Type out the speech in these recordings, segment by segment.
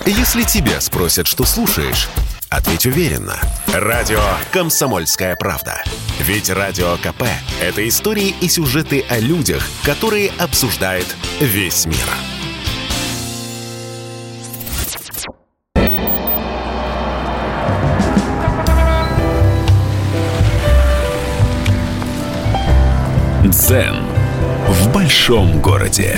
Если тебя спросят, что слушаешь, ответь уверенно. Радио «Комсомольская правда». Ведь Радио КП – это истории и сюжеты о людях, которые обсуждает весь мир. Дзен в большом городе.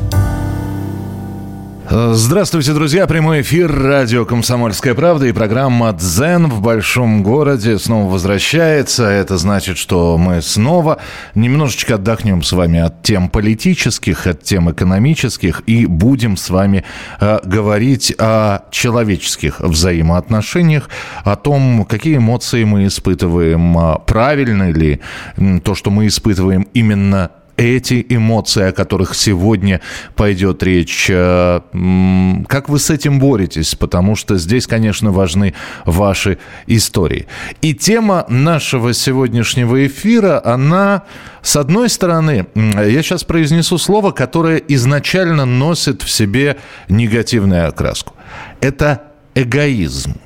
Здравствуйте, друзья. Прямой эфир радио «Комсомольская правда» и программа «Дзен в большом городе» снова возвращается. Это значит, что мы снова немножечко отдохнем с вами от тем политических, от тем экономических и будем с вами говорить о человеческих взаимоотношениях, о том, какие эмоции мы испытываем, правильно ли то, что мы испытываем именно эти эмоции, о которых сегодня пойдет речь. Как вы с этим боретесь? Потому что здесь, конечно, важны ваши истории. И тема нашего сегодняшнего эфира, она, с одной стороны, я сейчас произнесу слово, которое изначально носит в себе негативную окраску. Это эгоизм.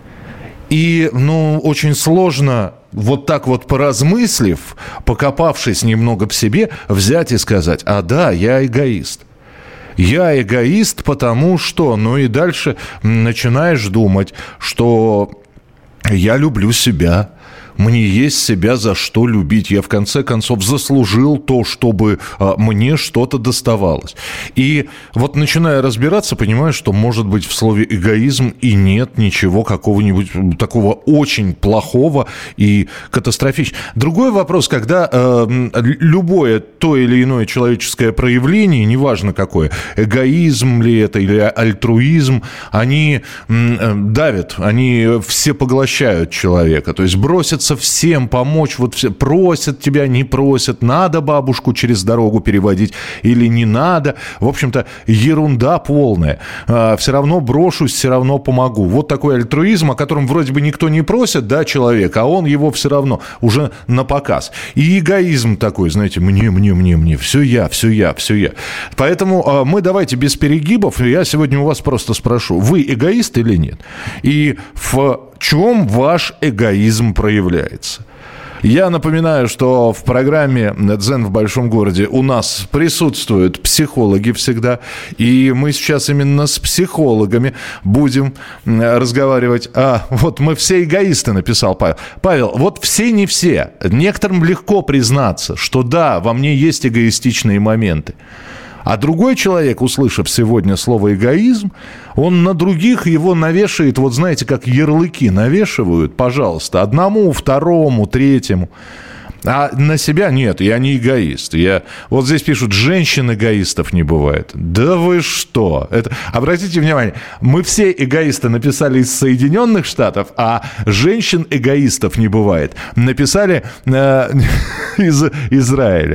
И, очень сложно вот так вот поразмыслив, покопавшись немного в себе, взять и сказать: а да, я эгоист. Я эгоист, потому что... и дальше начинаешь думать, что я люблю себя. Мне есть себя за что любить. Я, в конце концов, заслужил то, чтобы мне что-то доставалось. И вот, начиная разбираться, понимаю, что, может быть, в слове «эгоизм» и нет ничего какого-нибудь такого очень плохого и катастрофичного. Другой вопрос, когда любое то или иное человеческое проявление, неважно какое, эгоизм ли это или альтруизм, они давят, они всепоглощают человека. То есть бросятся всем помочь, вот все просят тебя, не просят, надо бабушку через дорогу переводить или не надо. В общем-то, ерунда полная. Все равно брошусь, все равно помогу. Вот такой альтруизм, о котором вроде бы никто не просит, да, человек, а он его все равно уже на показ. И эгоизм такой, знаете, мне, все я. Поэтому мы давайте без перегибов. Я сегодня у вас просто спрошу, вы эгоист или нет? И в чем ваш эгоизм проявляется? Я напоминаю, что в программе «Дзен в большом городе» у нас присутствуют психологи всегда, и мы сейчас именно с психологами будем разговаривать. Вот мы все эгоисты, написал Павел. Павел, вот все не все. Некоторым легко признаться, что да, во мне есть эгоистичные моменты. А другой человек, услышав сегодня слово «эгоизм», он на других его навешает, вот знаете, как ярлыки навешивают, пожалуйста, одному, второму, третьему. А на себя нет, я не эгоист. Вот здесь пишут, женщин эгоистов не бывает. Да вы что? Обратите внимание, мы все эгоисты написали из Соединенных Штатов, а женщин-эгоистов не бывает. Написали из Израиля.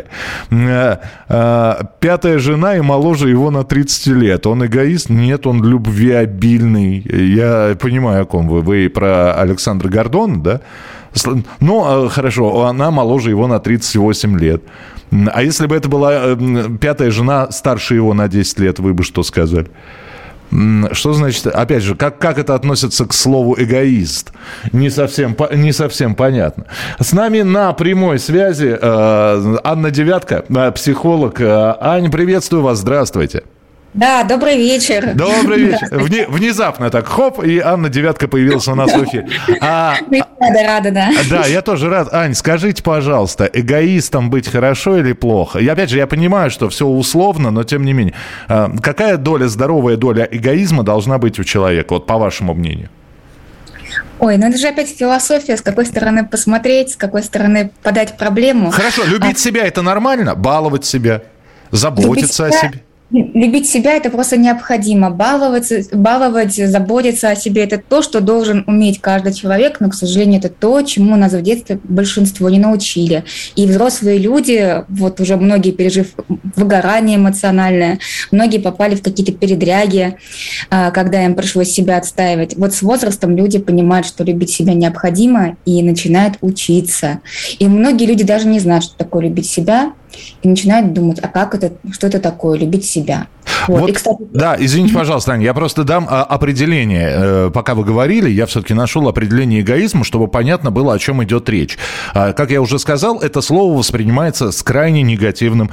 Пятая жена и моложе его на 30 лет. Он эгоист? Нет, он любвеобильный. Я понимаю, о ком вы. Вы про Александра Гордона, да? Хорошо, она моложе его на 38 лет. А если бы это была пятая жена старше его на 10 лет, вы бы что сказали? Что значит, опять же, как это относится к слову «эгоист»? Не совсем понятно. С нами на прямой связи Анна Девятка, психолог. Аня, приветствую вас, здравствуйте. Да, добрый вечер. Добрый вечер. Внезапно так, хоп, и Анна Девятка появилась у нас в эфире. Рада, да. Да, я тоже рад. Ань, скажите, пожалуйста, эгоистом быть хорошо или плохо? И опять же, я понимаю, что все условно, но тем не менее. Какая здоровая доля эгоизма должна быть у человека, вот по вашему мнению? Ой, это же опять философия, с какой стороны посмотреть, с какой стороны подать проблему. Хорошо, любить себя – это нормально? Баловать себя, заботиться о себе? Любить себя – это просто необходимо. Баловать, заботиться о себе – это то, что должен уметь каждый человек, но, к сожалению, это то, чему нас в детстве большинство не научили. И взрослые люди, вот уже многие пережив выгорание эмоциональное, многие попали в какие-то передряги, когда им пришлось себя отстаивать. Вот с возрастом люди понимают, что любить себя необходимо, и начинают учиться. И многие люди даже не знают, что такое любить себя. и начинают думать, а как это, что это такое, любить себя. Вот, и, кстати... Да, извините, пожалуйста, Аня, я просто дам определение. Пока вы говорили, я все-таки нашел определение эгоизма, чтобы понятно было, о чем идет речь. Как я уже сказал, это слово воспринимается с крайне негативным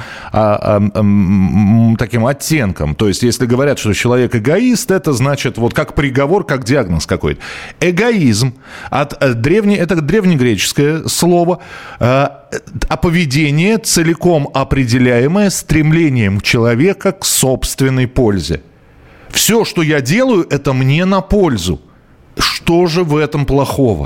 таким оттенком. То есть, если говорят, что человек эгоист, это значит, вот как приговор, как диагноз какой-то. Эгоизм, это древнегреческое слово, а поведение, целиком определяемое стремлением человека к собственной пользе. Все, что я делаю, это мне на пользу. Что же в этом плохого?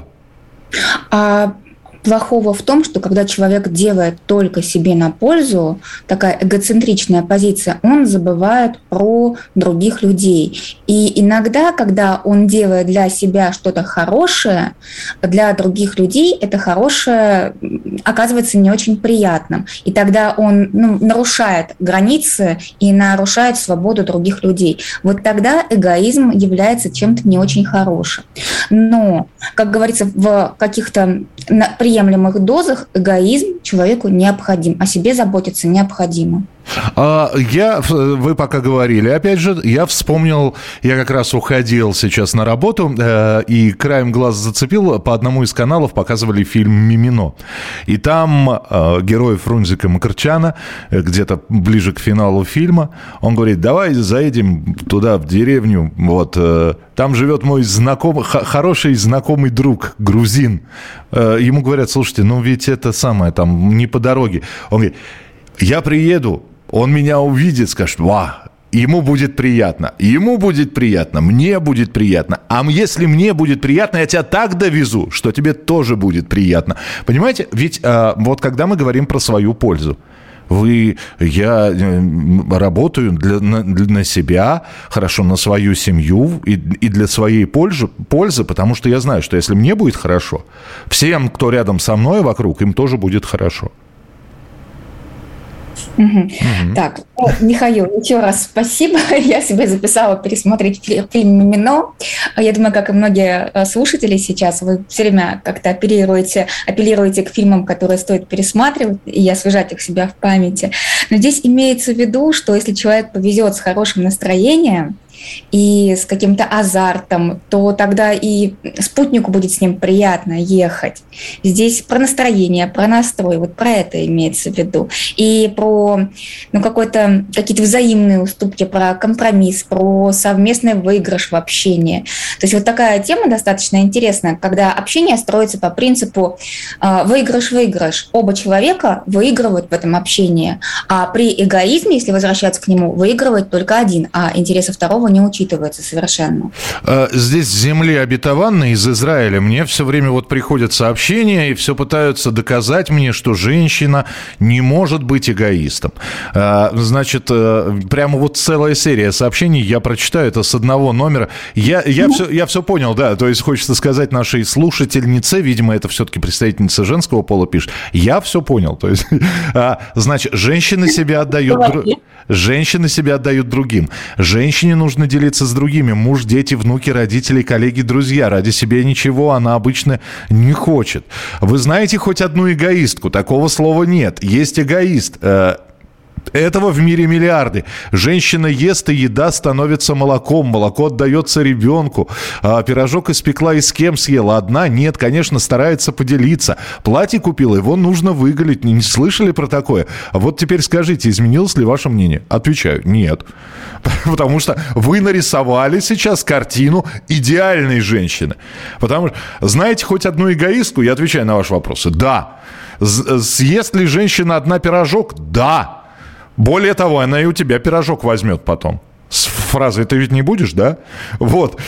Плохого в том, что когда человек делает только себе на пользу, такая эгоцентричная позиция, он забывает про других людей. И иногда, когда он делает для себя что-то хорошее, для других людей это хорошее оказывается не очень приятным. И тогда он нарушает границы и нарушает свободу других людей. Вот тогда эгоизм является чем-то не очень хорошим. Но, как говорится, в каких-то приемлемых дозах эгоизм человеку необходим, о себе заботиться необходимо. Вы пока говорили, опять же, я вспомнил, я как раз уходил сейчас на работу и краем глаза зацепил, по одному из каналов показывали фильм «Мимино». И там герой Фрунзика Макарчана, где-то ближе к финалу фильма, он говорит, давай заедем туда, в деревню, вот, там живет мой знакомый, хороший знакомый друг, грузин. Ему говорят, слушайте, ну ведь это самое, там, не по дороге. Он говорит, я приеду, он меня увидит, скажет, ему будет приятно, мне будет приятно. А если мне будет приятно, я тебя так довезу, что тебе тоже будет приятно. Понимаете, ведь вот когда мы говорим про свою пользу, я работаю на себя, хорошо, на свою семью и для своей пользы, потому что я знаю, что если мне будет хорошо, всем, кто рядом со мной вокруг, им тоже будет хорошо. Так, Михаил, еще раз спасибо. Я себе записала пересмотреть фильм «Мимино». Я думаю, как и многие слушатели сейчас, вы все время как-то апеллируете к фильмам, которые стоит пересматривать и освежать их себя в памяти. Но здесь имеется в виду, что если человек повезет с хорошим настроением и с каким-то азартом, то тогда и спутнику будет с ним приятно ехать. Здесь про настроение, про настрой, вот про это имеется в виду. И про какие-то взаимные уступки, про компромисс, про совместный выигрыш в общении. То есть вот такая тема достаточно интересная, когда общение строится по принципу выигрыш-выигрыш. Оба человека выигрывают в этом общении, а при эгоизме, если возвращаться к нему, выигрывает только один, а интересы второго не учитывается совершенно. Здесь с земли обетованной из Израиля мне все время вот приходят сообщения и все пытаются доказать мне, что женщина не может быть эгоистом. Значит, прямо вот целая серия сообщений, я прочитаю это с одного номера. Я все понял, да, то есть хочется сказать нашей слушательнице, видимо, это все-таки представительница женского пола пишет, я все понял, то есть, значит, женщины себя отдают другим. Женщине нужно делиться с другими. Муж, дети, внуки, родители, коллеги, друзья. Ради себя ничего она обычно не хочет. Вы знаете хоть одну эгоистку? Такого слова нет. Есть эгоист. Этого в мире миллиарды. Женщина ест, и еда становится молоком. Молоко отдается ребенку. Пирожок испекла и с кем съела? Одна? Нет, конечно, старается поделиться. Платье купила, его нужно выголить. Не слышали про такое? Вот теперь скажите, изменилось ли ваше мнение? Отвечаю, нет. Потому что вы нарисовали сейчас картину идеальной женщины. Потому что знаете хоть одну эгоистку? Я отвечаю на ваши вопросы. Да. Съест ли женщина одна пирожок? Да. Более того, она и у тебя пирожок возьмет потом. С фразой «ты ведь не будешь, да?» Вот.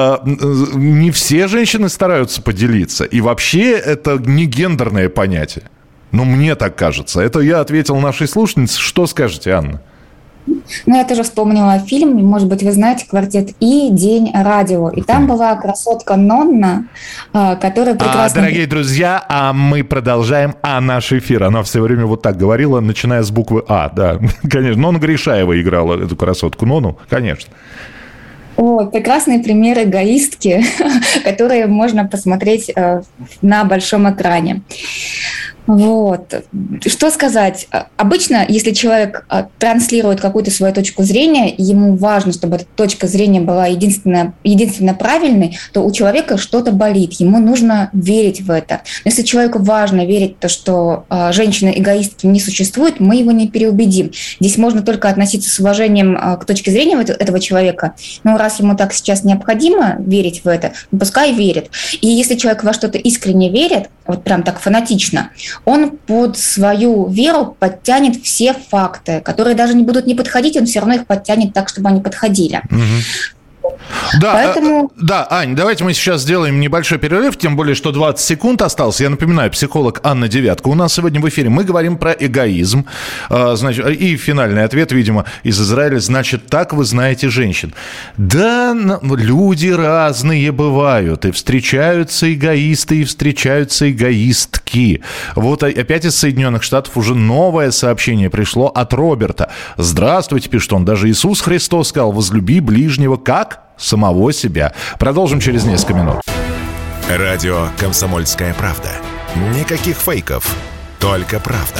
Не все женщины стараются поделиться. И вообще это не гендерное понятие. Ну, мне так кажется. Это я ответил нашей слушательнице. Что скажете, Анна? Ну, я тоже вспомнила фильм, может быть, вы знаете, «Квартет И», «День радио». И там была красотка Нонна, которая прекрасно... Дорогие друзья, мы продолжаем наш эфир. Она все время вот так говорила, начиная с буквы А. Да, конечно. Нонна Гришаева играла эту красотку Нонну, конечно. Прекрасные примеры эгоистки, которые можно посмотреть на большом экране. Вот. Что сказать? Обычно, если человек транслирует какую-то свою точку зрения, ему важно, чтобы эта точка зрения была единственно правильной, то у человека что-то болит, ему нужно верить в это. Но если человеку важно верить в то, что женщины-эгоистки не существует, мы его не переубедим. Здесь можно только относиться с уважением к точке зрения этого человека, но раз ему так сейчас необходимо верить в это, пускай верит. И если человек во что-то искренне верит, вот прям так фанатично, он под свою веру подтянет все факты, которые даже не будут не подходить, он все равно их подтянет так, чтобы они подходили. Да, Поэтому... да, Ань, давайте мы сейчас сделаем небольшой перерыв, тем более, что 20 секунд осталось. Я напоминаю, психолог Анна Девятко у нас сегодня в эфире. Мы говорим про эгоизм. Значит, и финальный ответ, видимо, из Израиля. Значит, так вы знаете женщин. Да, люди разные бывают. И встречаются эгоисты, и встречаются эгоистки. Вот опять из Соединенных Штатов уже новое сообщение пришло от Роберта. Здравствуйте, пишет он. Даже Иисус Христос сказал: возлюби ближнего как самого себя. Продолжим через несколько минут. Радио «Комсомольская правда». Никаких фейков, только правда.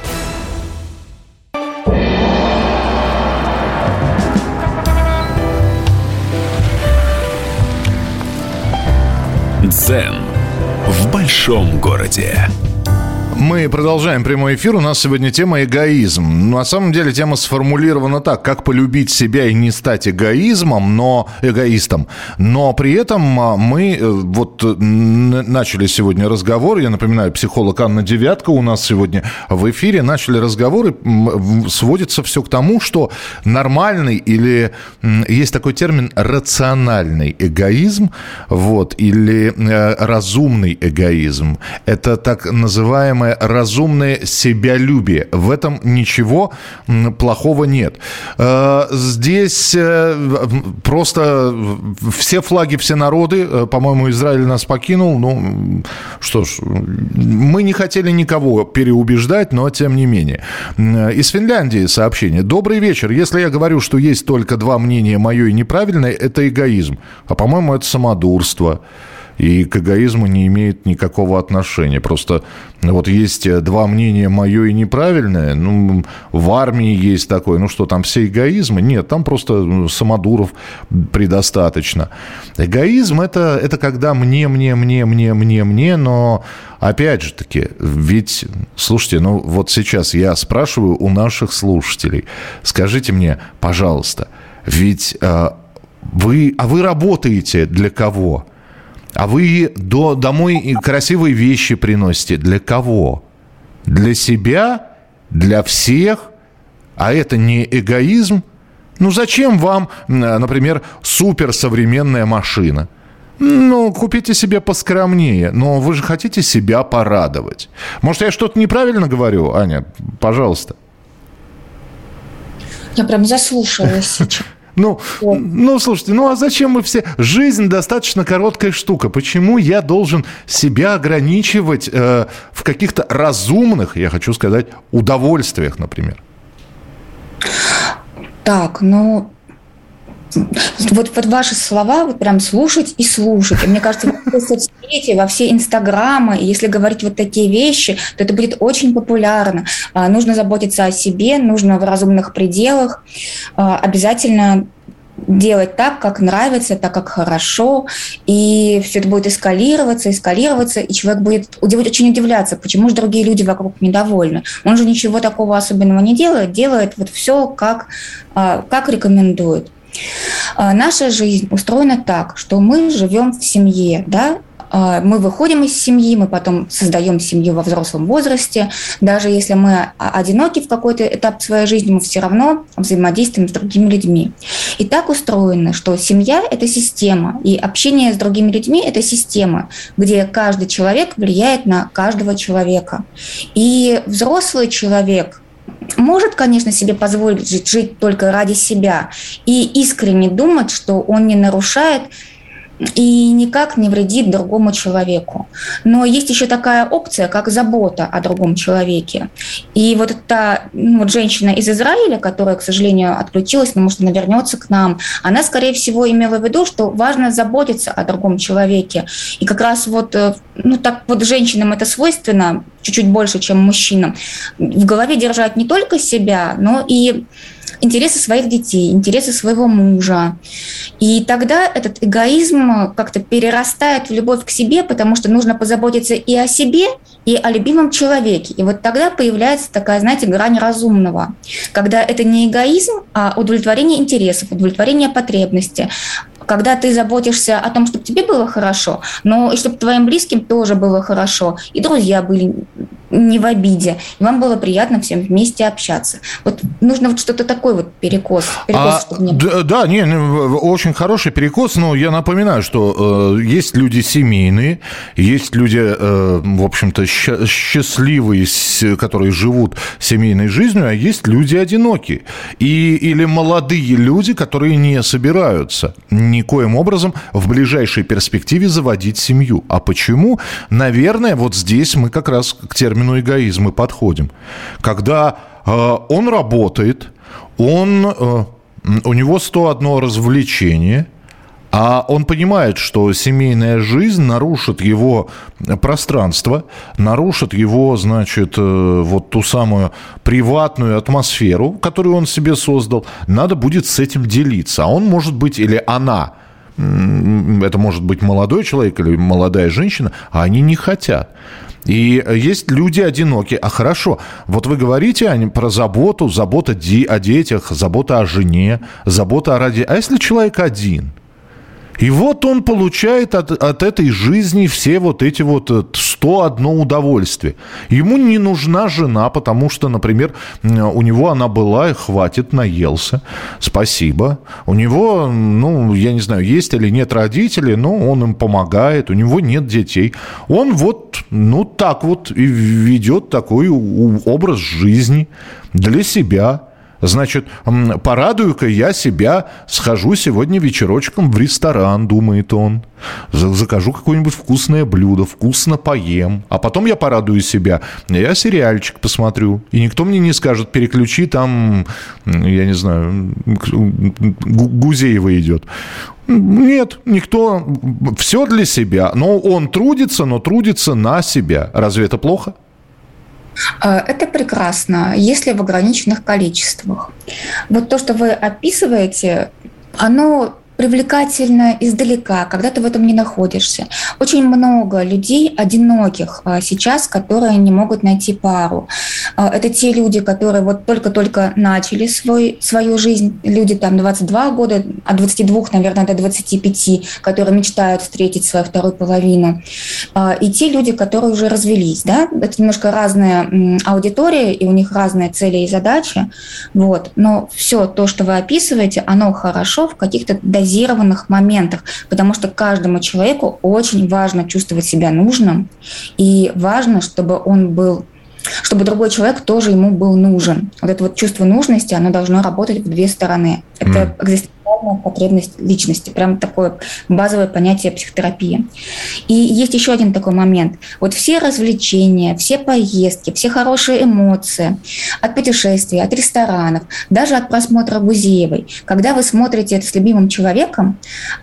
Дзен в большом городе. Мы продолжаем прямой эфир. У нас сегодня тема эгоизм. На самом деле тема сформулирована так: как полюбить себя и не стать эгоистом. Но при этом мы вот начали сегодня разговор. Я напоминаю, психолог Анна Девятко у нас сегодня в эфире. Начали разговоры. Сводится все к тому, что нормальный или есть такой термин рациональный эгоизм, вот, или разумный эгоизм. Это так называемое разумное себялюбие. В этом ничего плохого нет. Здесь просто все флаги, все народы. По-моему, Израиль нас покинул. Ну, что ж, мы не хотели никого переубеждать, но тем не менее. Из Финляндии сообщение. Добрый вечер. Если я говорю, что есть только два мнения, мое и неправильное, это эгоизм. А, по-моему, это самодурство. И к эгоизму не имеет никакого отношения. Просто вот есть два мнения, мое и неправильное. Ну, в армии есть такое. Ну что, там все эгоизмы? Нет, там просто самодуров предостаточно. Эгоизм – это когда мне, но опять же таки, ведь, слушайте, ну вот сейчас я спрашиваю у наших слушателей. Скажите мне, пожалуйста, ведь вы работаете для кого? А вы домой красивые вещи приносите. Для кого? Для себя? Для всех? А это не эгоизм? Ну, зачем вам, например, суперсовременная машина? Ну, купите себе поскромнее. Но вы же хотите себя порадовать. Может, я что-то неправильно говорю, Аня? Пожалуйста. Я прям заслушалась сейчас. Ну, слушайте, а зачем мы все... Жизнь достаточно короткая штука. Почему я должен себя ограничивать в каких-то разумных, я хочу сказать, удовольствиях, например? Так, вот ваши слова вот прям слушать и слушать. И мне кажется, во все соцсети, во все инстаграмы, если говорить вот такие вещи, то это будет очень популярно. Нужно заботиться о себе, нужно в разумных пределах. Обязательно делать так, как нравится, так, как хорошо, и все это будет эскалироваться, и человек будет очень удивляться, почему же другие люди вокруг недовольны. Он же ничего такого особенного не делает вот все, как рекомендует. Наша жизнь устроена так, что мы живем в семье, да? Мы выходим из семьи, мы потом создаем семью во взрослом возрасте. Даже если мы одиноки в какой-то этап своей жизни, мы все равно взаимодействуем с другими людьми. И так устроено, что семья – это система, и общение с другими людьми – это система, где каждый человек влияет на каждого человека. И взрослый человек может, конечно, себе позволить жить только ради себя и искренне думать, что он не нарушает и никак не вредит другому человеку. Но есть еще такая опция, как забота о другом человеке. И вот эта женщина из Израиля, которая, к сожалению, отключилась, но, может, она вернется к нам, она, скорее всего, имела в виду, что важно заботиться о другом человеке. И как раз так женщинам это свойственно чуть-чуть больше, чем мужчинам. В голове держать не только себя, но и интересы своих детей, интересы своего мужа. И тогда этот эгоизм как-то перерастает в любовь к себе, потому что нужно позаботиться и о себе, и о любимом человеке. И вот тогда появляется такая, знаете, грань разумного, когда это не эгоизм, а удовлетворение интересов, удовлетворение потребностей. Когда ты заботишься о том, чтобы тебе было хорошо, но и чтобы твоим близким тоже было хорошо, и друзья были не в обиде, и вам было приятно всем вместе общаться. Вот нужно что-то такой перекос чтобы не было. Да, очень хороший перекос, но я напоминаю, что есть люди семейные, есть люди, в общем-то, счастливые, которые живут семейной жизнью, а есть люди одинокие. Или молодые люди, которые не собираются никоим образом в ближайшей перспективе заводить семью. А почему? Наверное, вот здесь мы как раз к термину эгоизм и подходим. Когда он работает, у него 101 развлечение, а он понимает, что семейная жизнь нарушит его пространство, нарушит его, значит, вот ту самую приватную атмосферу, которую он себе создал. Надо будет с этим делиться. А он может быть, или она, это может быть молодой человек или молодая женщина, а они не хотят. И есть люди одинокие. А хорошо, вот вы говорите про заботу о детях, забота о жене, забота о родителях. А если человек один? И вот он получает от этой жизни все вот эти 101 удовольствие. Ему не нужна жена, потому что, например, у него она была, и хватит, наелся. Спасибо. У него, я не знаю, есть или нет родителей, но он им помогает, у него нет детей. Он так и ведет такой образ жизни для себя. Значит, порадую-ка я себя, схожу сегодня вечерочком в ресторан, думает он. Закажу какое-нибудь вкусное блюдо, вкусно поем. А потом я порадую себя, я сериальчик посмотрю. И никто мне не скажет, переключи там, я не знаю, Гузеева идет. Нет, никто. Все для себя. Но он трудится, но трудится на себя. Разве это плохо? Это прекрасно, если в ограниченных количествах. Вот то, что вы описываете, оно привлекательно издалека, когда ты в этом не находишься. Очень много людей одиноких сейчас, которые не могут найти пару. Это те люди, которые только-только начали свою жизнь, люди 22 года, от 22, наверное, до 25, которые мечтают встретить свою вторую половину. И те люди, которые уже развелись. Да? Это немножко разная аудитория, и у них разные цели и задачи. Но все то, что вы описываете, оно хорошо в каких-то дозированных моментах, потому что каждому человеку очень важно чувствовать себя нужным, и важно, чтобы другой человек тоже ему был нужен. Вот это чувство нужности, оно должно работать в две стороны. Это экзистенциальная потребность личности, прям такое базовое понятие психотерапии. И есть еще один такой момент. Все развлечения, все поездки, все хорошие эмоции от путешествий, от ресторанов, даже от просмотра Гузеевой. Когда вы смотрите это с любимым человеком,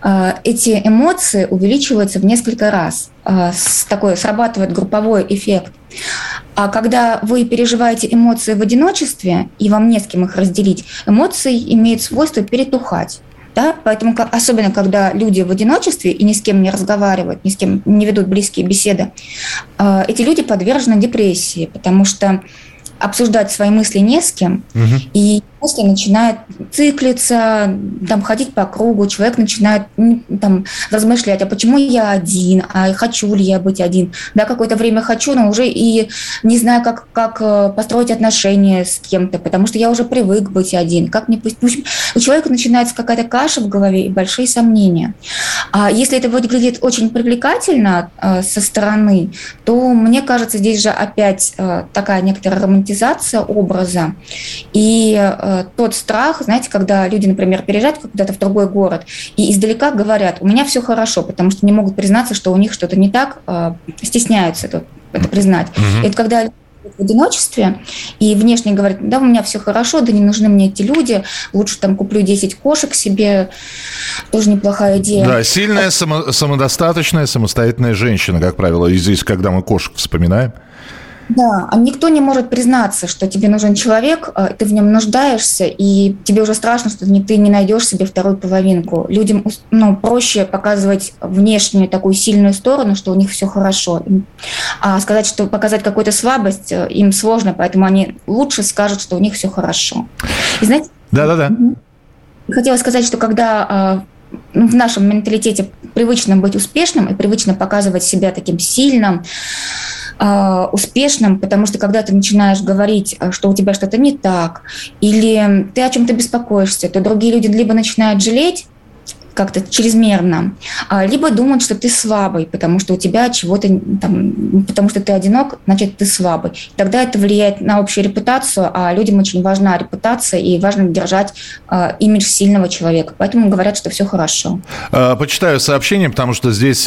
эти эмоции увеличиваются в несколько раз. Срабатывает групповой эффект. А когда вы переживаете эмоции в одиночестве, и вам не с кем их разделить, эмоции имеют свойство перетухать. Да? Поэтому, особенно когда люди в одиночестве и ни с кем не разговаривают, ни с кем не ведут близкие беседы, эти люди подвержены депрессии, потому что обсуждать свои мысли не с кем, и мысли начинают циклиться, ходить по кругу, человек начинает размышлять, а почему я один, а хочу ли я быть один. Да, какое-то время хочу, но уже и не знаю, как построить отношения с кем-то, потому что я уже привык быть один. Как мне пусть... В общем, у человека начинается какая-то каша в голове и большие сомнения. А если это выглядит очень привлекательно со стороны, то, мне кажется, здесь же опять такая некоторая романтизация образа, и тот страх, знаете, когда люди, например, переезжают куда-то в другой город и издалека говорят: у меня все хорошо, потому что не могут признаться, что у них что-то не так, стесняются это признать. И вот когда в одиночестве и внешне говорят: да, у меня все хорошо, да не нужны мне эти люди, лучше там куплю 10 кошек себе, тоже неплохая идея. Да, сильная, самодостаточная, самостоятельная женщина, как правило, и здесь, когда мы кошек вспоминаем. Да, а никто не может признаться, что тебе нужен человек, ты в нем нуждаешься, и тебе уже страшно, что ты не найдешь себе вторую половинку. Людям проще показывать внешнюю такую сильную сторону, что у них все хорошо. А сказать, что показать какую-то слабость им сложно, поэтому они лучше скажут, что у них все хорошо. И знаете, да. Хотела сказать, что когда в нашем менталитете привычно быть успешным и привычно показывать себя таким сильным, успешным, потому что когда ты начинаешь говорить, что у тебя что-то не так, или ты о чем-то беспокоишься, то другие люди либо начинают жалеть как-то чрезмерно, либо думают, что ты слабый, потому что у тебя чего-то там, потому что ты одинок, значит, ты слабый. Тогда это влияет на общую репутацию, а людям очень важна репутация и важно держать имидж сильного человека. Поэтому говорят, что все хорошо. Почитаю сообщения, потому что здесь,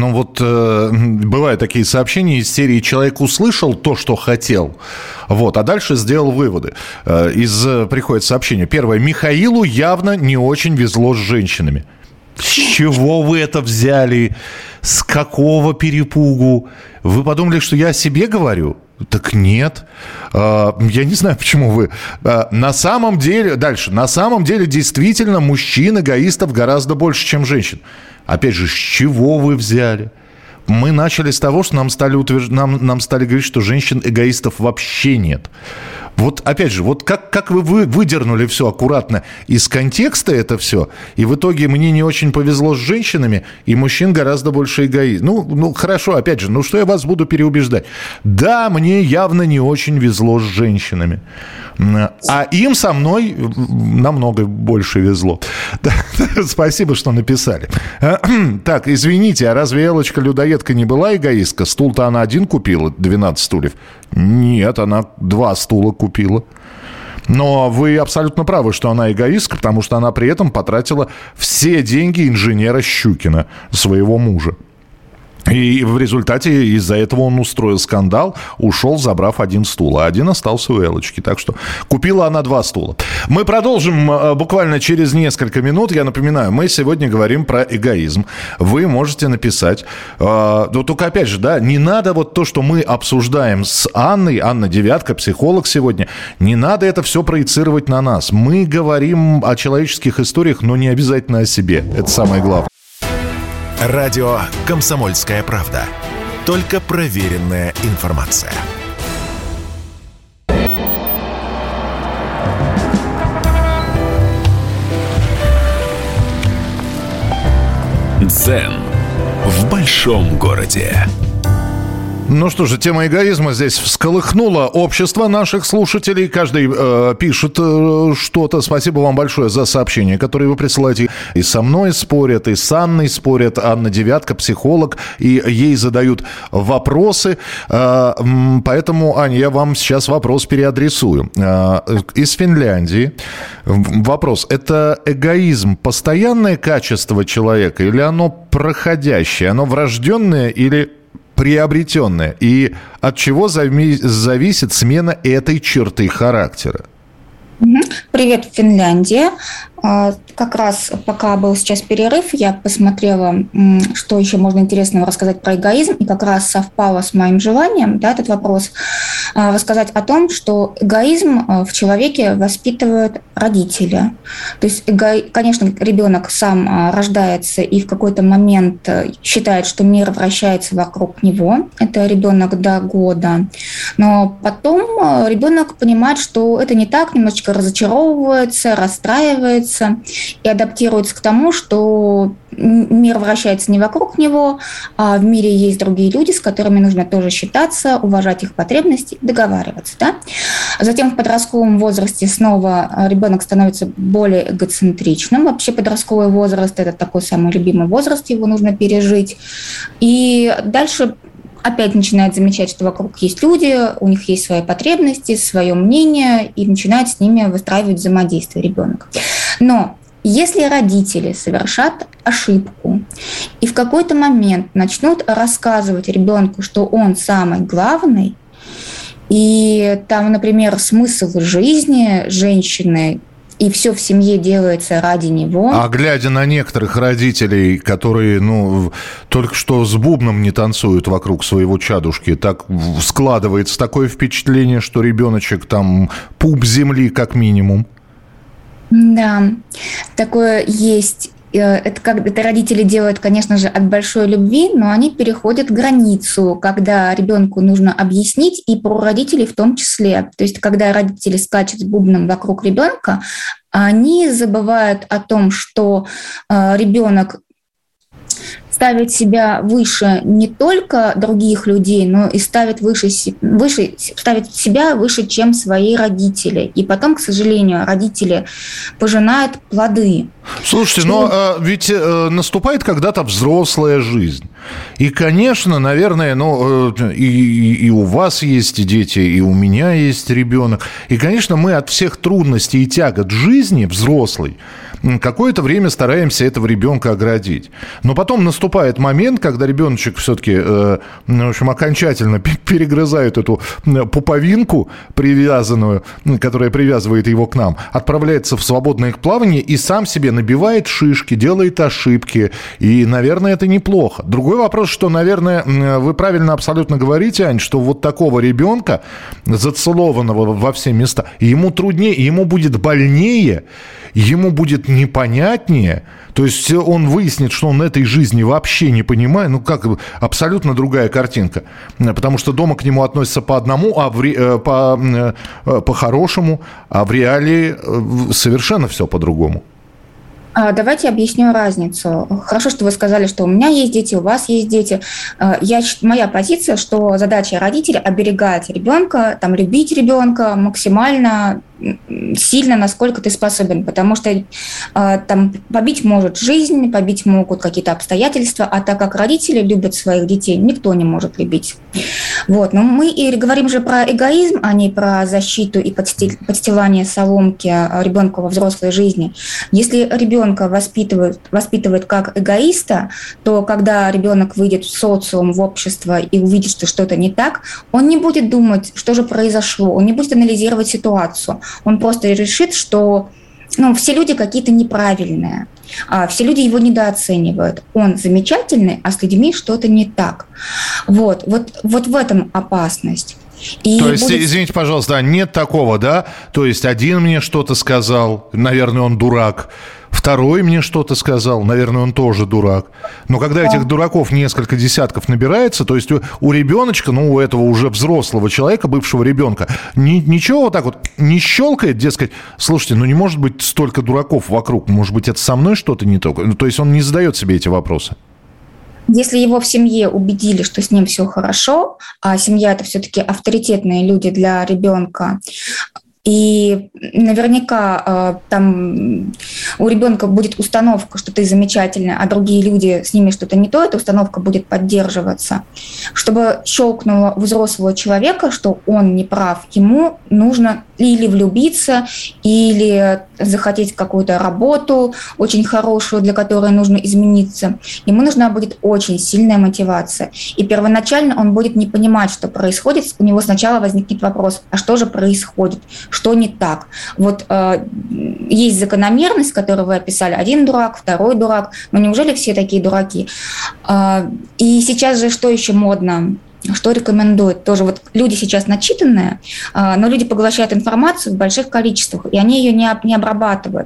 бывают такие сообщения из серии: человек услышал то, что хотел, а дальше сделал выводы. Приходит сообщение. Первое. Михаилу явно не очень везло с женщинами. С чего вы это взяли? С какого перепугу? Вы подумали, что я о себе говорю? Так нет. Я не знаю, почему вы... На самом деле действительно мужчин, эгоистов гораздо больше, чем женщин. Опять же, с чего вы взяли? Мы начали с того, что нам стали говорить, что женщин-эгоистов вообще нет. Опять же, как вы выдернули все аккуратно из контекста это все, и в итоге мне не очень повезло с женщинами, и мужчин гораздо больше эгоизм. Хорошо, опять же, что я вас буду переубеждать? Да, мне явно не очень везло с женщинами. А им со мной намного больше везло. Спасибо, что написали. Так, извините, а разве Элочка-людоедка не была эгоистка? Стул-то она один купила, 12 стульев? Нет, она 2 стула купила. Но вы абсолютно правы, что она эгоистка, потому что она при этом потратила все деньги инженера Щукина, своего мужа. И в результате из-за этого он устроил скандал, ушел, забрав 1 стул, а 1 остался у Элочки. Так что купила она 2 стула. Мы продолжим буквально через несколько минут. Я напоминаю, мы сегодня говорим про эгоизм. Вы можете написать. Только опять же, не надо то, что мы обсуждаем с Анной. Анна Девятка, психолог сегодня. Не надо это все проецировать на нас. Мы говорим о человеческих историях, но не обязательно о себе. Это самое главное. Радио «Комсомольская правда». Только проверенная информация. Дзен в большом городе. Ну что же, тема эгоизма здесь всколыхнула общество наших слушателей. Каждый пишет что-то. Спасибо вам большое за сообщения, которые вы присылаете. И со мной спорят, и с Анной спорят. Анна Девятка, психолог, и ей задают вопросы. Поэтому, Аня, я вам сейчас вопрос переадресую. Из Финляндии вопрос. Это эгоизм постоянное качество человека или оно проходящее? Оно врожденное или приобретенное? И от чего зависит смена этой черты характера? Привет, Финляндия. Как раз пока был сейчас перерыв, я посмотрела, что еще можно интересного рассказать про эгоизм, и как раз совпало с моим желанием, этот вопрос, рассказать о том, что эгоизм в человеке воспитывают родители. То есть, конечно, ребенок сам рождается и в какой-то момент считает, что мир вращается вокруг него. Это ребенок до года. Но потом ребенок понимает, что это не так, немножечко разочаровывается, расстраивается и адаптируется к тому, что мир вращается не вокруг него, а в мире есть другие люди, с которыми нужно тоже считаться, уважать их потребности, договариваться. Да? Затем в подростковом возрасте снова ребенок становится более эгоцентричным. Вообще подростковый возраст – это такой самый любимый возраст, его нужно пережить. И дальше опять начинает замечать, что вокруг есть люди, у них есть свои потребности, свое мнение, и начинает с ними выстраивать взаимодействие ребенок. Но если родители совершат ошибку и в какой-то момент начнут рассказывать ребенку, что он самый главный, и там, например, смысл жизни женщины, и все в семье делается ради него. А глядя на некоторых родителей, которые, только что с бубном не танцуют вокруг своего чадушки, так складывается такое впечатление, что ребеночек там пуп земли как минимум. Да, такое есть. Это родители делают, конечно же, от большой любви, но они переходят границу, когда ребенку нужно объяснить, и про родителей в том числе. То есть, когда родители скачут с бубном вокруг ребенка, они забывают о том, что ребенок ставит себя выше не только других людей, но и ставит себя выше, чем свои родители. И потом, к сожалению, родители пожинают плоды. Слушайте, но ведь наступает когда-то взрослая жизнь. И, конечно, наверное, и у вас есть дети, и у меня есть ребенок. И, конечно, мы от всех трудностей и тягот жизни взрослой какое-то время стараемся этого ребенка оградить. Но потом наступает момент, когда ребеночек все-таки, окончательно перегрызает эту пуповинку привязанную, которая привязывает его к нам, отправляется в свободное плавание и сам себе набивает шишки, делает ошибки. И, наверное, это неплохо. Другой вопрос, что, наверное, вы правильно абсолютно говорите, Ань, что вот такого ребенка, зацелованного во все места, ему труднее, ему будет больнее, ему будет непонятнее. То есть он выяснит, что он этой жизни вообще не понимает. Абсолютно другая картинка. Потому что дома к нему относятся по одному, по-хорошему, а в реалии совершенно все по-другому. Давайте объясню разницу. Хорошо, что вы сказали, что у меня есть дети, у вас есть дети. Моя позиция, что задача родителей оберегать ребенка, любить ребенка максимально сильно, насколько ты способен, потому что побить может жизнь, побить могут какие-то обстоятельства, а так как родители любят своих детей, никто не может любить. Но мы и говорим же про эгоизм, а не про защиту и подстилание соломки ребенка во взрослой жизни. Если ребенка воспитывают как эгоиста, то когда ребенок выйдет в социум, в общество и увидит, что что-то не так, он не будет думать, что же произошло, он не будет анализировать ситуацию. Он просто решит, что все люди какие-то неправильные, все люди его недооценивают. Он замечательный, а с людьми что-то не так. Вот в этом опасность. То есть, извините, пожалуйста, нет такого, да? То есть один мне что-то сказал, наверное, он дурак. Второй мне что-то сказал, наверное, он тоже дурак. Но когда этих дураков несколько десятков набирается, то есть у ребеночка, у этого уже взрослого человека, бывшего ребенка, ничего вот так вот не щелкает, дескать, слушайте, не может быть столько дураков вокруг, может быть, это со мной что-то не то? То есть он не задает себе эти вопросы. Если его в семье убедили, что с ним все хорошо, а семья – это все-таки авторитетные люди для ребенка, и наверняка у ребенка будет установка, что ты замечательный, а другие люди, с ними что-то не то, эта установка будет поддерживаться. Чтобы щелкнуло у взрослого человека, что он не прав, ему нужно или влюбиться, или захотеть какую-то работу очень хорошую, для которой нужно измениться. Ему нужна будет очень сильная мотивация. И первоначально он будет не понимать, что происходит. У него сначала возникнет вопрос, а что же происходит? Что не так? Есть закономерность, которую вы описали. Один дурак, второй дурак. Но неужели все такие дураки? И сейчас же что еще модно? Что рекомендуют? Тоже люди сейчас начитанные, но люди поглощают информацию в больших количествах, и они ее не обрабатывают.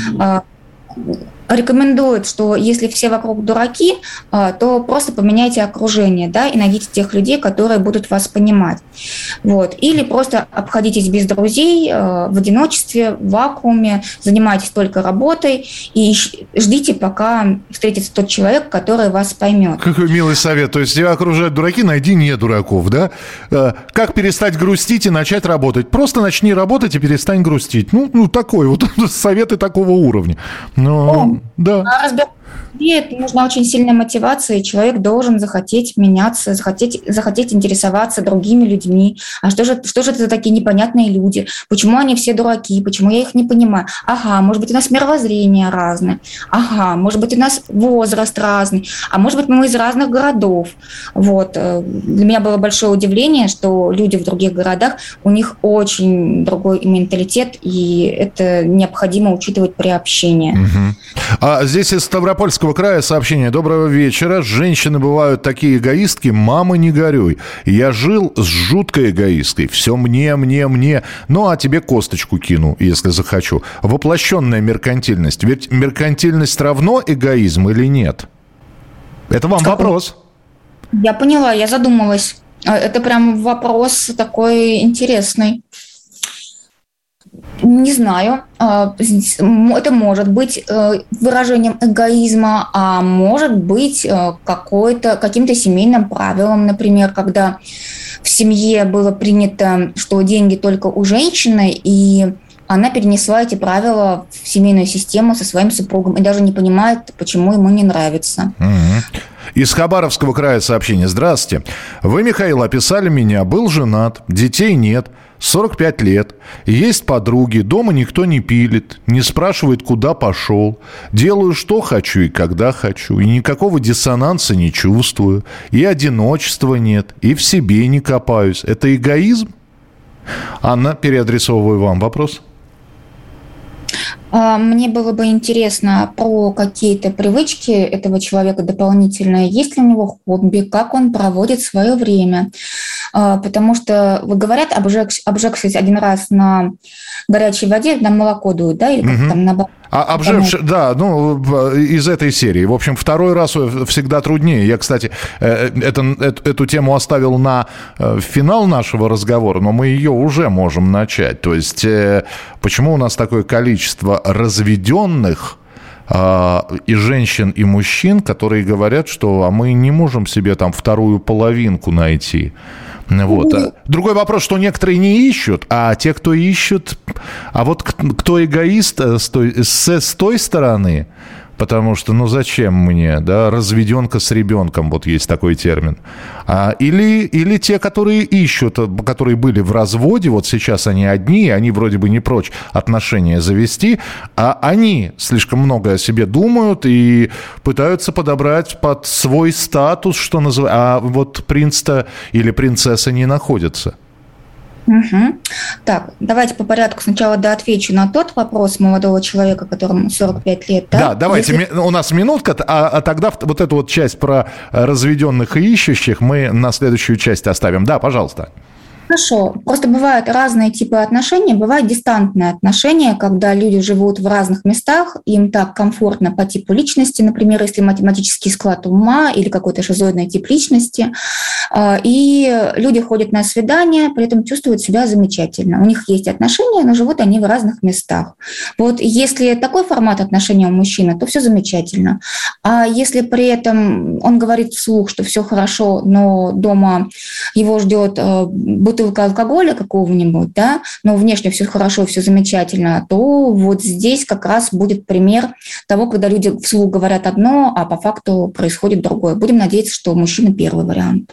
Рекомендуют, что если все вокруг дураки, то просто поменяйте окружение, и найдите тех людей, которые будут вас понимать. Или просто обходитесь без друзей, в одиночестве, в вакууме, занимайтесь только работой и ждите, пока встретится тот человек, который вас поймет. Какой милый совет. То есть тебя окружают дураки, найди не дураков, да? Как перестать грустить и начать работать? Просто начни работать и перестань грустить. Такой советы такого уровня. Да. Нет, нужна очень сильная мотивация, и человек должен захотеть меняться, захотеть интересоваться другими людьми. А что же это за такие непонятные люди? Почему они все дураки? Почему я их не понимаю? Ага, может быть, у нас мировоззрение разное. Ага, может быть, у нас возраст разный. А может быть, мы из разных городов. Вот. Для меня было большое удивление, что люди в других городах, у них очень другой менталитет, и это необходимо учитывать при общении. Угу. А здесь из Ставропольского края сообщение. Доброго вечера. Женщины бывают такие эгоистки. Мама, не горюй. Я жил с жуткой эгоисткой. Все мне. Ну, а тебе косточку кину, если захочу. Воплощенная меркантильность. Ведь меркантильность равно эгоизм или нет? Это вам вопрос. Я поняла, я задумалась. Это прям вопрос такой интересный. Не знаю. Это может быть выражением эгоизма, а может быть каким-то семейным правилом, например, когда в семье было принято, что деньги только у женщины, и она перенесла эти правила в семейную систему со своим супругом и даже не понимает, почему ему не нравится. Из Хабаровского края сообщение. Здравствуйте. Вы, Михаил, описали меня. Был женат, детей нет, 45 лет. Есть подруги, дома никто не пилит, не спрашивает, куда пошел. Делаю, что хочу и когда хочу. И никакого диссонанса не чувствую. И одиночества нет, и в себе не копаюсь. Это эгоизм? Анна, переадресовываю вам вопрос. Мне было бы интересно про какие-то привычки этого человека дополнительные. Есть ли у него хобби, как он проводит свое время? Потому что, говорят, обжегшись один раз на горячей воде, на молоко дуют, да? Или как там на... Обжегшись, да, из этой серии. В общем, второй раз всегда труднее. Я, кстати, эту тему оставил на финал нашего разговора, но мы ее уже можем начать. То есть, почему у нас такое количество разведенных и женщин, и мужчин, которые говорят, что мы не можем себе там вторую половинку найти. Вот. Другой вопрос, что некоторые не ищут, а те, кто ищут, а вот кто эгоист с той стороны, потому что, зачем мне, да, разведенка с ребенком, вот есть такой термин. Или те, которые ищут, которые были в разводе, вот сейчас они одни, они вроде бы не прочь отношения завести, а они слишком много о себе думают и пытаются подобрать под свой статус, что называется, а вот принц-то или принцесса не находятся. Угу. Так, давайте по порядку сначала отвечу на тот вопрос молодого человека, которому 45 лет. Да, давайте, у нас минутка, а тогда вот эту вот часть про разведенных и ищущих мы на следующую часть оставим. Да, пожалуйста. Хорошо. Просто бывают разные типы отношений. Бывают дистантные отношения, когда люди живут в разных местах, им так комфортно по типу личности, например, если математический склад ума или какой-то шизоидный тип личности, и люди ходят на свидания, при этом чувствуют себя замечательно. У них есть отношения, но живут они в разных местах. Вот если такой формат отношений у мужчины, то все замечательно. А если при этом он говорит вслух, что все хорошо, но дома его ждет бутылка алкоголя какого-нибудь, да, но внешне все хорошо, все замечательно, то вот здесь как раз будет пример того, когда люди вслух говорят одно, а по факту происходит другое. Будем надеяться, что у мужчины первый вариант.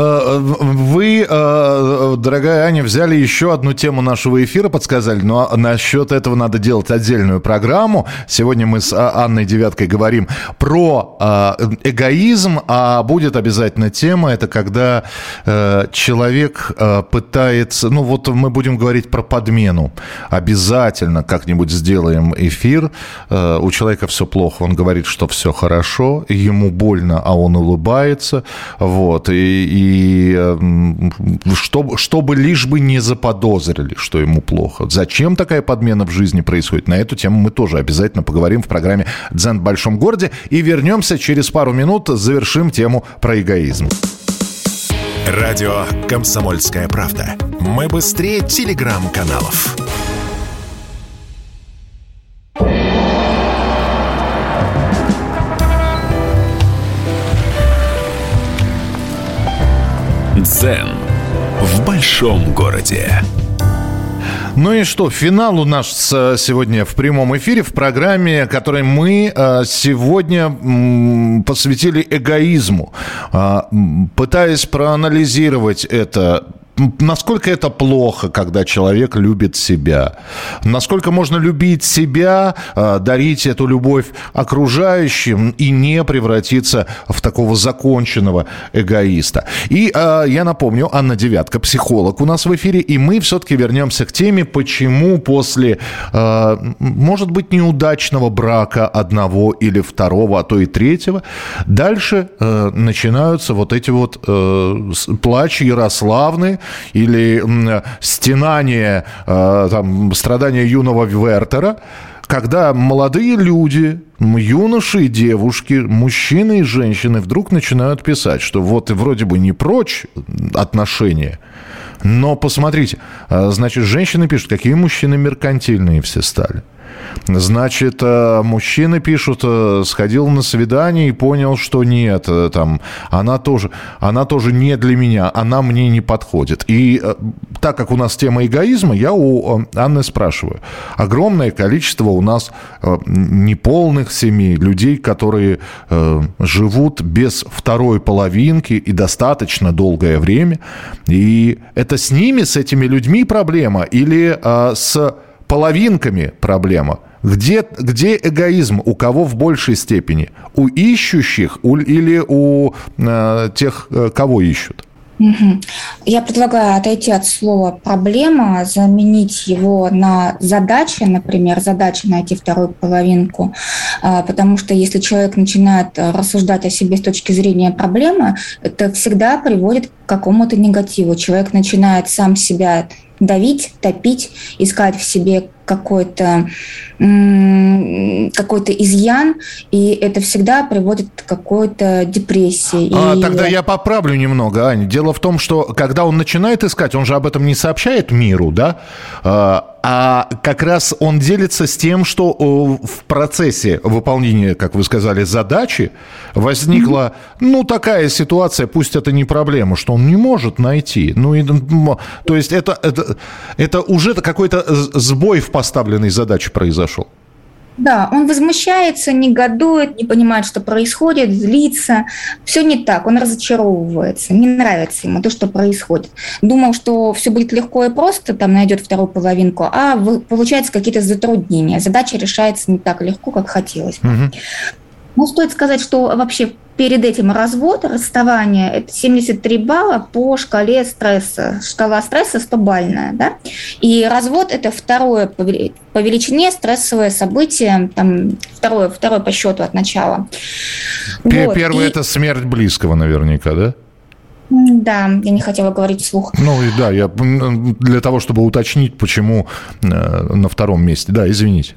Вы, дорогая Аня, взяли еще одну тему нашего эфира, подсказали, но насчет этого надо делать отдельную программу. Сегодня мы с Анной Девяткой говорим про эгоизм, а будет обязательно тема, это когда человек пытается, мы будем говорить про подмену. Обязательно как-нибудь сделаем эфир. У человека все плохо, он говорит, что все хорошо, ему больно, а он улыбается. Вот. И чтобы лишь бы не заподозрили, что ему плохо. Зачем такая подмена в жизни происходит? На эту тему мы тоже обязательно поговорим в программе «Дзен в большом городе». И вернемся через пару минут, завершим тему про эгоизм. Радио «Комсомольская правда». Мы быстрее телеграм-каналов. Дзен в большом городе. Ну и что, финал у нас сегодня в прямом эфире, в программе, которой мы сегодня посвятили эгоизму, пытаясь проанализировать это. Насколько это плохо, когда человек любит себя? Насколько можно любить себя, дарить эту любовь окружающим и не превратиться в такого законченного эгоиста? И я напомню, Анна Девятка, психолог у нас в эфире, и мы все-таки вернемся к теме, почему после, может быть, неудачного брака одного или второго, а то и третьего, дальше начинаются вот эти вот плачи ярославные, или стенание, страдания юного Вертера, когда молодые люди, юноши и девушки, мужчины и женщины вдруг начинают писать, что вот вроде бы не прочь отношения, но посмотрите, значит, женщины пишут, какие мужчины меркантильные все стали. Значит, мужчины пишут, сходил на свидание и понял, что нет, там, она тоже не для меня, она мне не подходит. И так как у нас тема эгоизма, я у Анны спрашиваю. Огромное количество у нас неполных семей, людей, которые живут без второй половинки и достаточно долгое время. И это с ними, с этими людьми проблема или с половинками проблема? Где эгоизм? У кого в большей степени? У ищущих или у тех, кого ищут? Я предлагаю отойти от слова «проблема», заменить его на «задача», например, задача найти вторую половинку, потому что если человек начинает рассуждать о себе с точки зрения проблемы, это всегда приводит к какому-то негативу. Человек начинает сам себя давить, топить, искать в себе какой-то изъян, и это всегда приводит к какой-то депрессии. Тогда я поправлю немного, Аня. Дело в том, что когда он начинает искать, он же об этом не сообщает миру, да? А как раз он делится с тем, что в процессе выполнения, как вы сказали, задачи возникла, такая ситуация, пусть это не проблема, что он не может найти. То есть это уже какой-то сбой в поставленной задаче произошел. Да, он возмущается, негодует, не понимает, что происходит, злится. Все не так, он разочаровывается, не нравится ему то, что происходит. Думал, что все будет легко и просто, там найдет вторую половинку, а получается какие-то затруднения. Задача решается не так легко, как хотелось бы. Но стоит сказать, что вообще перед этим развод, расставание – это 73 балла по шкале стресса. Шкала стресса 100-бальная, да? И развод – это второе по величине стрессовое событие, второе по счету от начала. Первое – это смерть близкого наверняка, да? Да, я не хотела говорить вслух. Я для того, чтобы уточнить, почему на втором месте. Да, извините.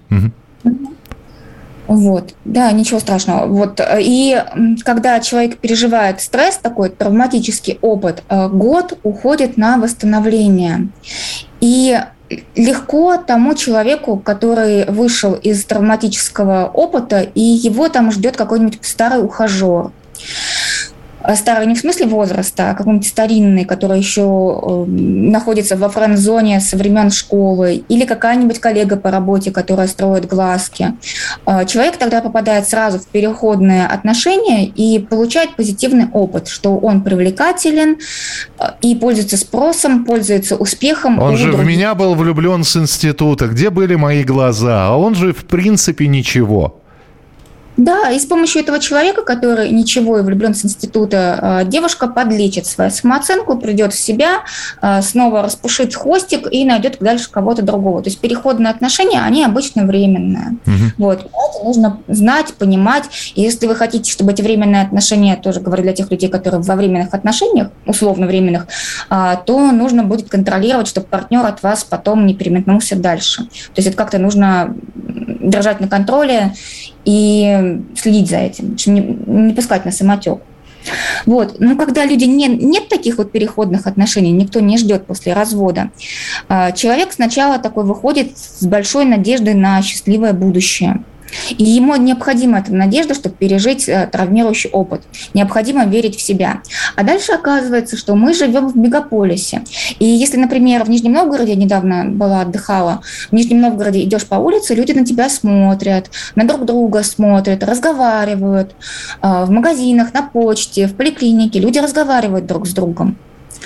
Да, ничего страшного. И когда человек переживает стресс, такой травматический опыт, год уходит на восстановление. И легко тому человеку, который вышел из травматического опыта, и его там ждет какой-нибудь старый ухажер. Старый не в смысле возраста, а какой-нибудь старинный, который еще находится во френд-зоне со времен школы, или какая-нибудь коллега по работе, которая строит глазки. Человек тогда попадает сразу в переходные отношения и получает позитивный опыт, что он привлекателен и пользуется спросом, пользуется успехом. Он же в меня был влюблен с института. Где были мои глаза? А он же в принципе ничего. Да, и с помощью этого человека, который ничего и влюблен с института, девушка подлечит свою самооценку, придет в себя, снова распушит хвостик и найдет дальше кого-то другого. То есть переходные отношения, они обычно временные. Это нужно знать, понимать. И если вы хотите, чтобы эти временные отношения, тоже говорю для тех людей, которые во временных отношениях, условно временных, то нужно будет контролировать, чтобы партнер от вас потом не переметнулся дальше. То есть это как-то нужно держать на контроле и следить за этим, не пускать на самотек. Но когда люди нет таких переходных отношений, никто не ждет после развода, человек сначала такой выходит с большой надеждой на счастливое будущее. И ему необходима эта надежда, чтобы пережить травмирующий опыт. Необходимо верить в себя. А дальше оказывается, что мы живем в мегаполисе. И если, например, в Нижнем Новгороде, я недавно была, отдыхала, в Нижнем Новгороде идешь по улице, люди на тебя смотрят, на друг друга смотрят, разговаривают. В магазинах, на почте, в поликлинике люди разговаривают друг с другом.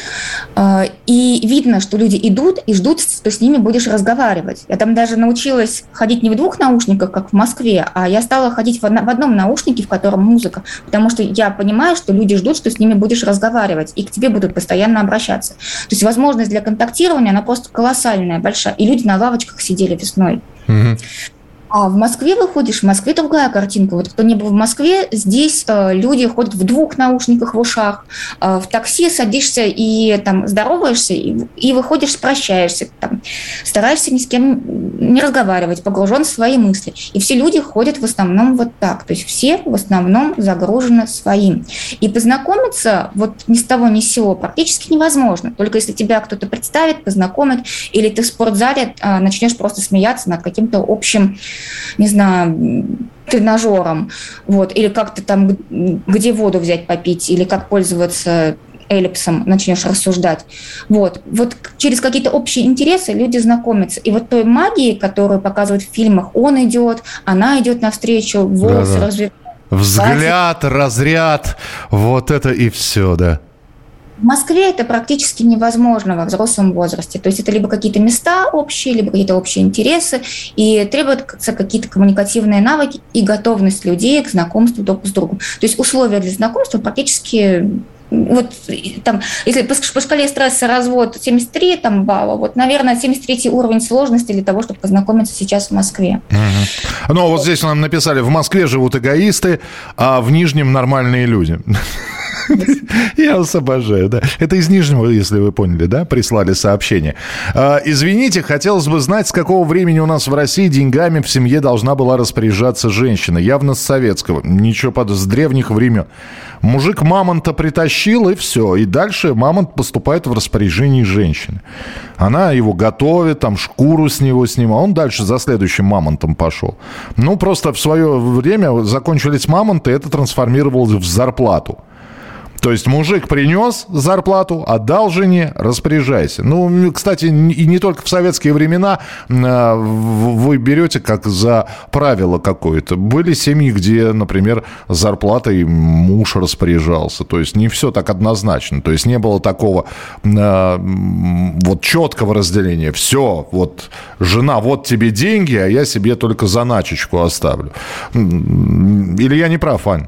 И видно, что люди идут и ждут, что с ними будешь разговаривать. Я там даже научилась ходить не в 2 наушниках, как в Москве, а я стала ходить в одном наушнике, в котором музыка, потому что я понимаю, что люди ждут, что с ними будешь разговаривать, и к тебе будут постоянно обращаться. То есть возможность для контактирования, она просто колоссальная, большая. И люди на лавочках сидели весной. А в Москве выходишь, в Москве другая картинка. Вот кто не был в Москве, здесь люди ходят в 2 наушниках в ушах, в такси садишься и там здороваешься, и выходишь, прощаешься, там, стараешься ни с кем не разговаривать, погружен в свои мысли. И все люди ходят в основном вот так. То есть все в основном загружены своим. И познакомиться вот ни с того ни с сего практически невозможно. Только если тебя кто-то представит, познакомит, или ты в спортзале начнешь просто смеяться над каким-то общим, не знаю, тренажером, вот, или как-то там, где воду взять попить, или как пользоваться эллипсом, начнешь рассуждать. Вот через какие-то общие интересы люди знакомятся. И вот той магии, которую показывают в фильмах, он идет, она идет навстречу, волосы развивают. Взгляд, разряд, вот это и все, да. В Москве это практически невозможно во взрослом возрасте. То есть это либо какие-то места общие, либо какие-то общие интересы, и требуются какие-то коммуникативные навыки и готовность людей к знакомству друг с другом. То есть условия для знакомства практически... Вот там, если по шкале стресса развод 73 там, балла, вот, наверное, 73-й уровень сложности для того, чтобы познакомиться сейчас в Москве. Ну, вот здесь нам написали, в Москве живут эгоисты, а в Нижнем нормальные люди. Я вас обожаю, да. Это из Нижнего, если вы поняли, да, прислали сообщение. Извините, хотелось бы знать, с какого времени у нас в России деньгами в семье должна была распоряжаться женщина. Явно с советского. Ничего, с древних времен. Мужик мамонта притащил, и все. И дальше мамонт поступает в распоряжении женщины. Она его готовит, там шкуру с него снимает. Он дальше за следующим мамонтом пошел. Ну, просто в свое время закончились мамонты, это трансформировалось в зарплату. То есть мужик принес зарплату, отдал жене, распоряжайся. Ну, кстати, и не только в советские времена вы берете как за правило какое-то. Были семьи, где, например, зарплатой муж распоряжался. То есть не все так однозначно. То есть не было такого вот четкого разделения. Все, вот жена, вот тебе деньги, а я себе только заначечку оставлю. Или я не прав, Ань?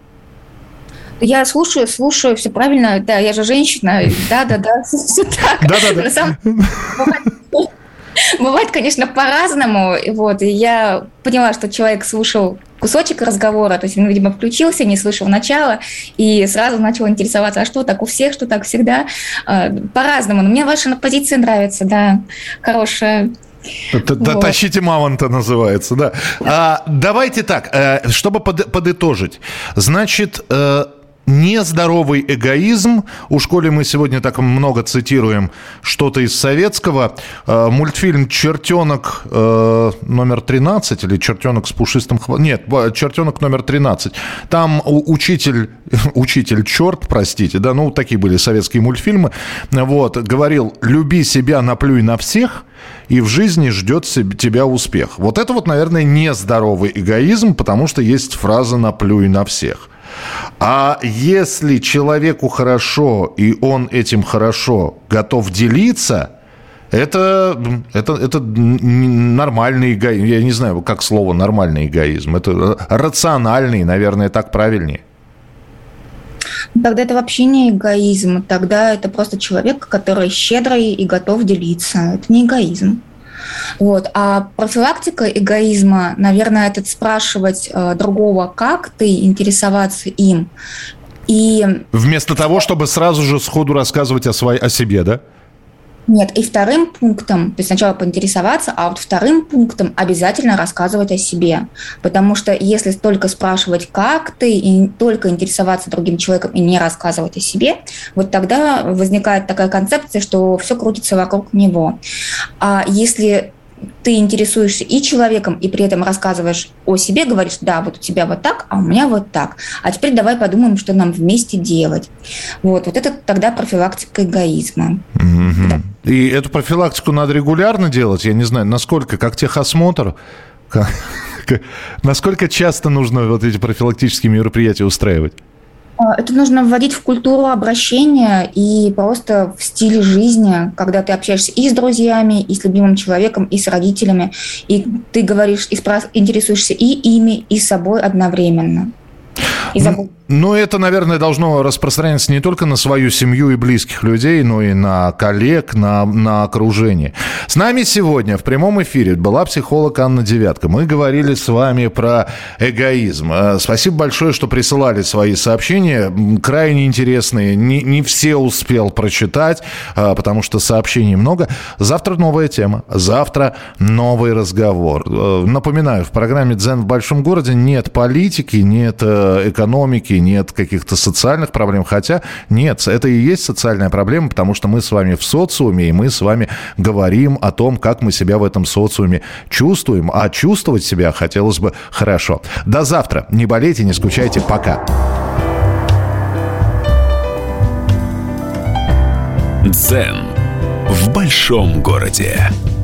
Я слушаю, все правильно, да, я же женщина, да, все так. Да. Бывает, конечно, по-разному, вот, и я поняла, что человек слушал кусочек разговора, то есть он, видимо, включился, не слышал начала, и сразу начал интересоваться, а что так у всех, что так всегда, по-разному, но мне ваша позиция нравится, да, хорошая. Вот. Тащите мамонта называется, да. Давайте так, чтобы подытожить. Значит, нездоровый эгоизм. У школе мы сегодня так много цитируем что-то из советского. Мультфильм «Чертенок номер 13» или «Чертенок с пушистым хвостом». Нет, «Чертенок номер 13». Там учитель черт, простите, да, ну, такие были советские мультфильмы. Вот, говорил: люби себя, наплюй на всех, и в жизни ждет тебя успех. Вот это вот, наверное, нездоровый эгоизм, потому что есть фраза «наплюй на всех». А если человеку хорошо, и он этим хорошо готов делиться, это нормальный эгоизм. Я не знаю, как слово «нормальный эгоизм». Это рациональный, наверное, так правильнее. Тогда это вообще не эгоизм. Тогда это просто человек, который щедрый и готов делиться. Это не эгоизм. Вот. А профилактика эгоизма, наверное, это спрашивать другого, как ты, интересоваться им. И... Вместо того, чтобы сразу же сходу рассказывать о себе, да? Нет, и вторым пунктом, то есть сначала поинтересоваться, а вот вторым пунктом обязательно рассказывать о себе. Потому что если только спрашивать, как ты, и только интересоваться другим человеком и не рассказывать о себе, вот тогда возникает такая концепция, что все крутится вокруг него. А если ты интересуешься и человеком, и при этом рассказываешь о себе, говоришь, да, вот у тебя вот так, а у меня вот так. А теперь давай подумаем, что нам вместе делать. Вот это тогда профилактика эгоизма. Mm-hmm. Да. И эту профилактику надо регулярно делать? Я не знаю, насколько, как техосмотр? Насколько часто нужно вот эти профилактические мероприятия устраивать? Это нужно вводить в культуру обращения и просто в стиле жизни, когда ты общаешься и с друзьями, и с любимым человеком, и с родителями, и ты говоришь, интересуешься и ими, и собой одновременно. Ну, это, наверное, должно распространяться не только на свою семью и близких людей, но и на коллег, на окружение. С нами сегодня в прямом эфире была психолог Анна Девятка. Мы говорили с вами про эгоизм. Спасибо большое, что присылали свои сообщения. Крайне интересные. Не все успел прочитать, потому что сообщений много. Завтра новая тема. Завтра новый разговор. Напоминаю, в программе «Дзен в большом городе» нет политики, нет экономики, нет каких-то социальных проблем, хотя нет, это и есть социальная проблема, потому что мы с вами в социуме, и мы с вами говорим о том, как мы себя в этом социуме чувствуем, а чувствовать себя хотелось бы хорошо. До завтра. Не болейте, не скучайте. Пока. Дзен в большом городе.